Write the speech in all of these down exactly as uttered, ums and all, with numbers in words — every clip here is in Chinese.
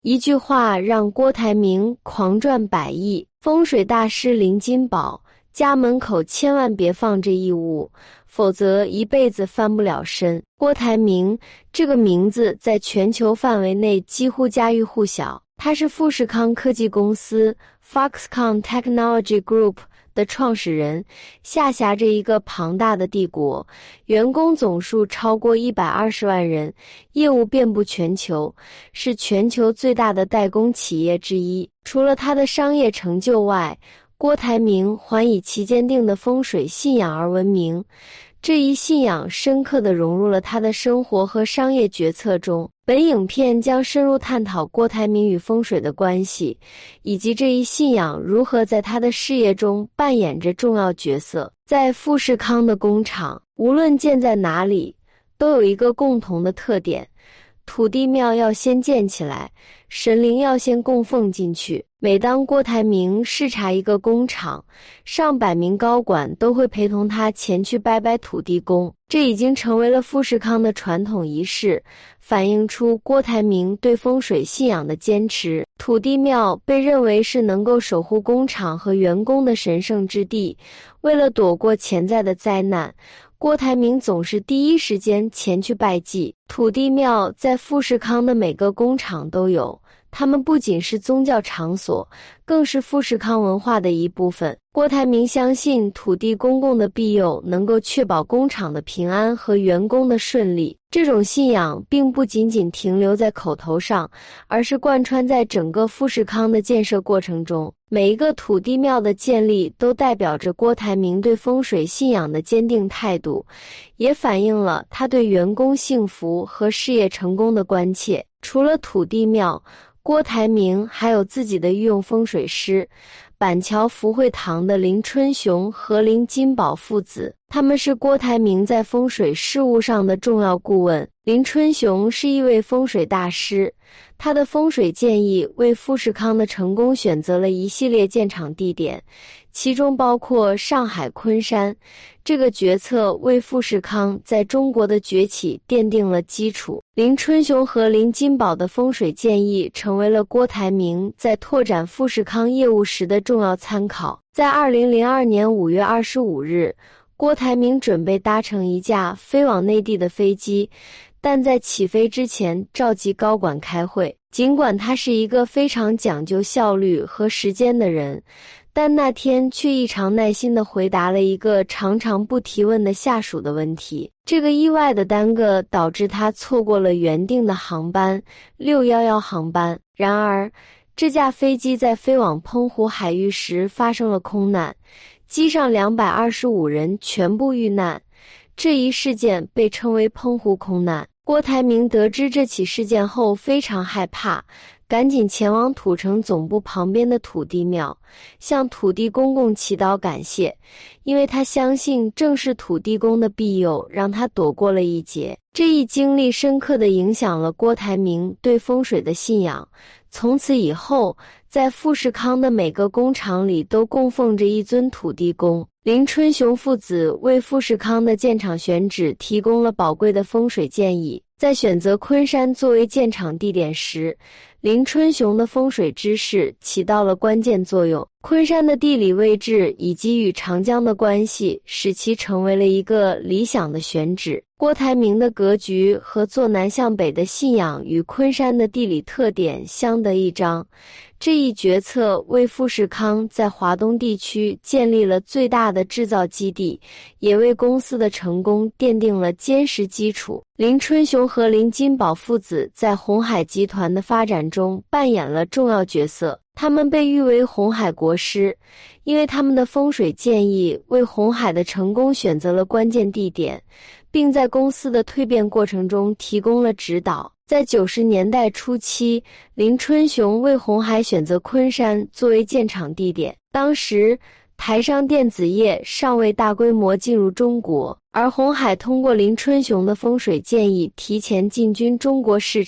一句话让郭台铭狂赚百亿。风水大师林金宝，家门口千万别放这一物，否则一辈子翻不了身。郭台铭这个名字在全球范围内几乎家喻户晓，他是富士康科技公司 Foxconn Technology Group 的创始人，下辖着一个庞大的帝国，员工总数超过一百二十万人，业务遍布全球，是全球最大的代工企业之一。除了他的商业成就外，郭台铭还以其坚定的风水信仰而闻名，这一信仰深刻地融入了他的生活和商业决策中。本影片将深入探讨郭台铭与风水的关系，以及这一信仰如何在他的事业中扮演着重要角色。在富士康的工厂，无论建在哪里，都有一个共同的特点：土地庙要先建起来，神灵要先供奉进去。每当郭台铭视察一个工厂，上百名高管都会陪同他前去拜拜土地公，这已经成为了富士康的传统仪式，反映出郭台铭对风水信仰的坚持。土地庙被认为是能够守护工厂和员工的神圣之地，为了躲过潜在的灾难，郭台铭总是第一时间前去拜祭。土地庙在富士康的每个工厂都有，它们不仅是宗教场所，更是富士康文化的一部分。郭台铭相信土地公公的庇佑能够确保工厂的平安和员工的顺利。这种信仰并不仅仅停留在口头上，而是贯穿在整个富士康的建设过程中。每一个土地庙的建立都代表着郭台铭对风水信仰的坚定态度，也反映了他对员工幸福和事业成功的关切。除了土地庙，郭台铭还有自己的御用风水师，板桥福慧堂的林春雄和林金宝父子，他们是郭台铭在风水事务上的重要顾问。林春雄是一位风水大师，他的风水建议为富士康的成功选择了一系列建厂地点，其中包括上海昆山。这个决策为富士康在中国的崛起奠定了基础。林春雄和林金宝的风水建议成为了郭台铭在拓展富士康业务时的重要参考。在二零零二年五月二十五日，郭台铭准备搭乘一架飞往内地的飞机，但在起飞之前召集高管开会。尽管他是一个非常讲究效率和时间的人，但那天却异常耐心地回答了一个常常不提问的下属的问题。这个意外的耽搁导致他错过了原定的航班六一一航班。然而，这架飞机在飞往澎湖海域时发生了空难，机上两百二十五人全部遇难。这一事件被称为澎湖空难。郭台铭得知这起事件后非常害怕，赶紧前往土城总部旁边的土地庙，向土地公公祈祷感谢，因为他相信正是土地公的庇佑让他躲过了一劫。这一经历深刻地影响了郭台铭对风水的信仰，从此以后，在富士康的每个工厂里都供奉着一尊土地公。林春雄父子为富士康的建厂选址提供了宝贵的风水建议。在选择昆山作为建厂地点时，林春雄的风水知识起到了关键作用。昆山的地理位置以及与长江的关系，使其成为了一个理想的选址。郭台铭的格局和坐南向北的信仰与昆山的地理特点相得益彰。这一决策为富士康在华东地区建立了最大的制造基地，也为公司的成功奠定了坚实基础。林春雄和林金宝父子在鸿海集团的发展中扮演了重要角色，他们被誉为鸿海国师，因为他们的风水建议为鸿海的成功选择了关键地点，并在公司的蜕变过程中提供了指导。在九十年代初期，林春雄为鸿海选择昆山作为建厂地点。当时，台商电子业尚未大规模进入中国，而鸿海通过林春雄的风水建议提前进军中国市场。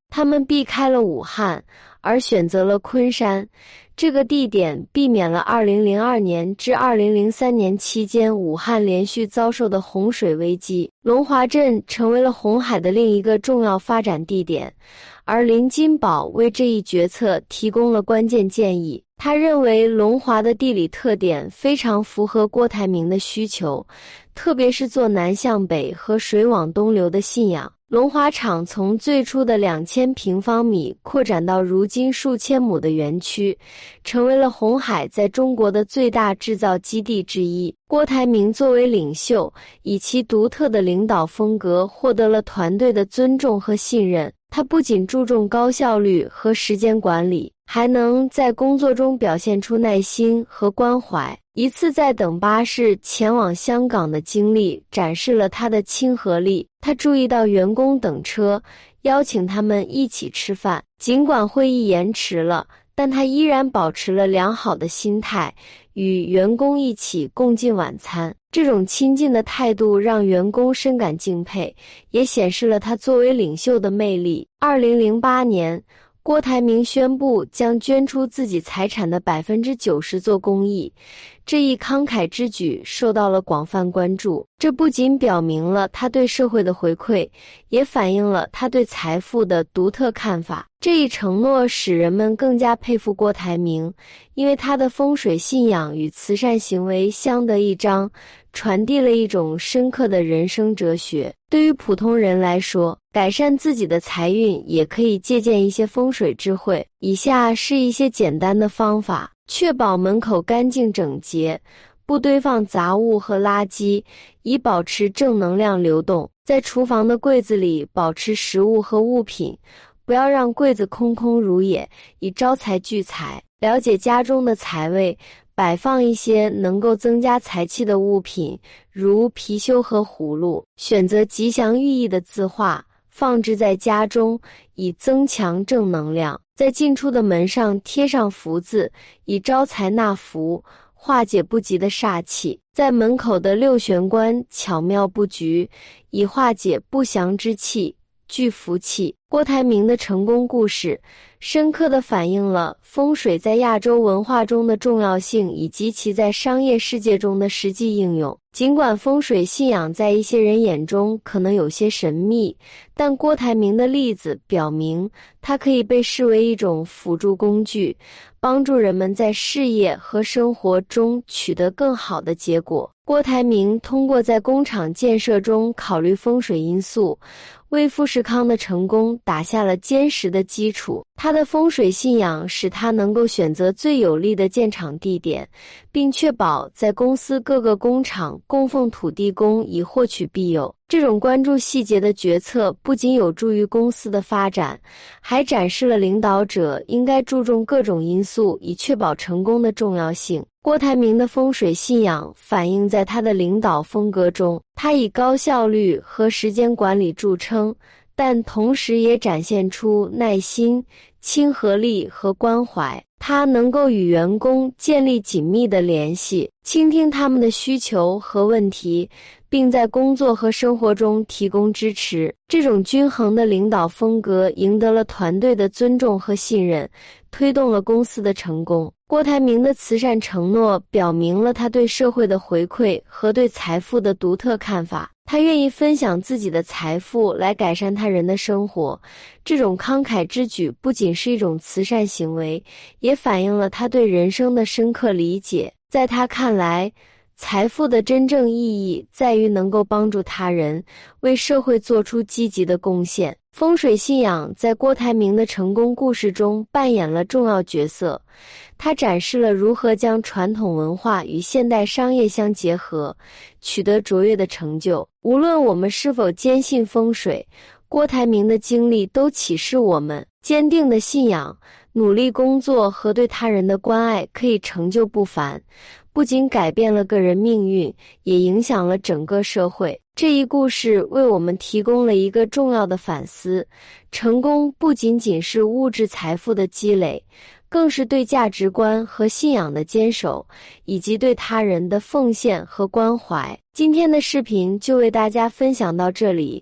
他们避开了武汉，而选择了昆山。这个地点避免了二零零二年至二零零三年期间武汉连续遭受的洪水危机，龙华镇成为了红海的另一个重要发展地点，而林金宝为这一决策提供了关键建议。他认为龙华的地理特点非常符合郭台铭的需求，特别是做南向北和水往东流的信仰。龙华厂从最初的两千平方米扩展到如今数千亩的园区，成为了鸿海在中国的最大制造基地之一。郭台铭作为领袖，以其独特的领导风格获得了团队的尊重和信任。他不仅注重高效率和时间管理，还能在工作中表现出耐心和关怀。一次在等巴士前往香港的经历展示了他的亲和力。他注意到员工等车，邀请他们一起吃饭。尽管会议延迟了，但他依然保持了良好的心态，与员工一起共进晚餐。这种亲近的态度让员工深感敬佩，也显示了他作为领袖的魅力。二零零八年，郭台铭宣布将捐出自己财产的 百分之九十 做公益，这一慷慨之举受到了广泛关注。这不仅表明了他对社会的回馈，也反映了他对财富的独特看法。这一承诺使人们更加佩服郭台铭，因为他的风水信仰与慈善行为相得益彰，传递了一种深刻的人生哲学。对于普通人来说，改善自己的财运也可以借鉴一些风水智慧。以下是一些简单的方法：确保门口干净整洁，不堆放杂物和垃圾，以保持正能量流动。在厨房的柜子里保持食物和物品，不要让柜子空空如也，以招财聚财。了解家中的财位，摆放一些能够增加财气的物品，如貔貅和葫芦。选择吉祥寓意的字画，放置在家中，以增强正能量。在进出的门上贴上福字，以招财纳福，化解不吉的煞气。在门口的六玄关巧妙布局，以化解不祥之气，聚福气。郭台铭的成功故事深刻地反映了风水在亚洲文化中的重要性，以及其在商业世界中的实际应用。尽管风水信仰在一些人眼中可能有些神秘，但郭台铭的例子表明，它可以被视为一种辅助工具，帮助人们在事业和生活中取得更好的结果。郭台铭通过在工厂建设中考虑风水因素，为富士康的成功打下了坚实的基础。他的风水信仰使他能够选择最有利的建厂地点，并确保在公司各个工厂供奉土地公以获取庇佑。这种关注细节的决策不仅有助于公司的发展，还展示了领导者应该注重各种因素以确保成功的重要性。郭台铭的风水信仰反映在他的领导风格中，他以高效率和时间管理著称，但同时也展现出耐心、亲和力和关怀。他能够与员工建立紧密的联系，倾听他们的需求和问题，并在工作和生活中提供支持。这种均衡的领导风格赢得了团队的尊重和信任，推动了公司的成功。郭台铭的慈善承诺表明了他对社会的回馈和对财富的独特看法。他愿意分享自己的财富来改善他人的生活，这种慷慨之举不仅是一种慈善行为，也反映了他对人生的深刻理解。在他看来，财富的真正意义在于能够帮助他人，为社会做出积极的贡献。风水信仰在郭台铭的成功故事中扮演了重要角色，它展示了如何将传统文化与现代商业相结合，取得卓越的成就。无论我们是否坚信风水，郭台铭的经历都启示我们，坚定的信仰、努力工作和对他人的关爱可以成就不凡，不仅改变了个人命运，也影响了整个社会。这一故事为我们提供了一个重要的反思：成功不仅仅是物质财富的积累，更是对价值观和信仰的坚守，以及对他人的奉献和关怀。今天的视频就为大家分享到这里，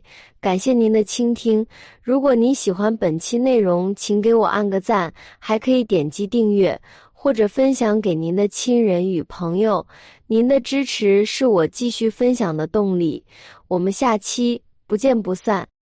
感谢您的倾听。如果您喜欢本期内容，请给我按个赞，还可以点击订阅或者分享给您的亲人与朋友。您的支持是我继续分享的动力。我们下期不见不散。